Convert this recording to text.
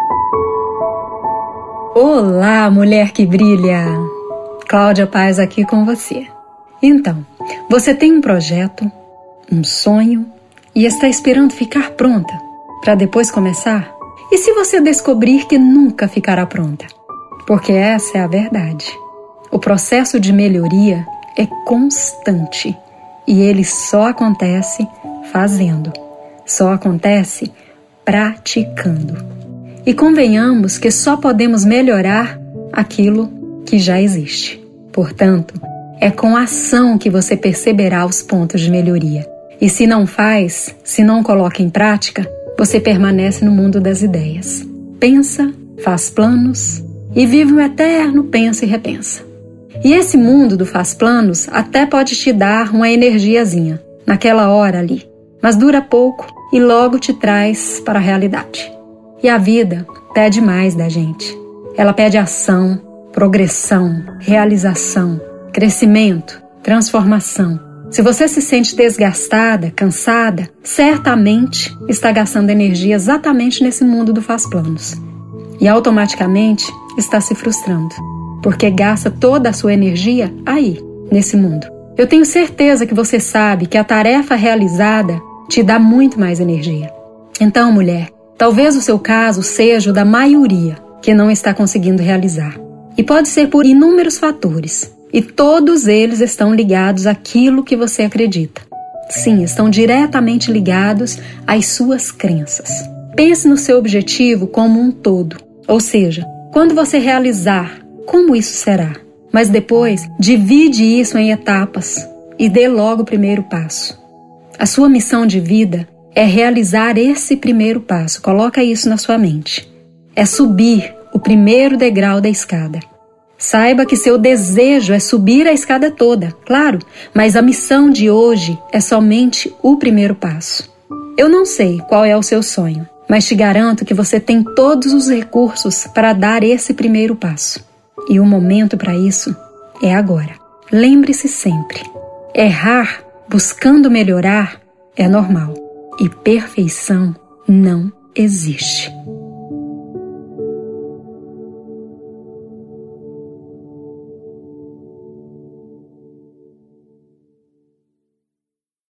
Olá, mulher que brilha! Cláudia Paz aqui com você. Então, você tem um projeto, um sonho e está esperando ficar pronta para depois começar? E se você descobrir que nunca ficará pronta? Porque essa é a verdade. O processo de melhoria é constante e ele só acontece fazendo, só acontece praticando. E convenhamos que só podemos melhorar aquilo que já existe. Portanto, é com ação que você perceberá os pontos de melhoria. E se não faz, se não coloca em prática, você permanece no mundo das ideias. Pensa, faz planos e vive um eterno pensa e repensa. E esse mundo do faz planos até pode te dar uma energiazinha, naquela hora ali, mas dura pouco e logo te traz para a realidade. E a vida pede mais da gente. Ela pede ação, progressão, realização, crescimento, transformação. Se você se sente desgastada, cansada, certamente está gastando energia exatamente nesse mundo do faz planos. E automaticamente está se frustrando, porque gasta toda a sua energia aí, nesse mundo. Eu tenho certeza que você sabe que a tarefa realizada te dá muito mais energia. Então, mulher, talvez o seu caso seja o da maioria que não está conseguindo realizar. E pode ser por inúmeros fatores. E todos eles estão ligados àquilo que você acredita. Sim, estão diretamente ligados às suas crenças. Pense no seu objetivo como um todo. Ou seja, quando você realizar, como isso será? Mas depois, divide isso em etapas e dê logo o primeiro passo. A sua missão de vida é realizar esse primeiro passo. Coloca isso na sua mente. É subir o primeiro degrau da escada. Saiba que seu desejo é subir a escada toda, claro, mas a missão de hoje é somente o primeiro passo. Eu não sei qual é o seu sonho, mas te garanto que você tem todos os recursos para dar esse primeiro passo. E o momento para isso é agora. Lembre-se sempre, errar buscando melhorar é normal e perfeição não existe.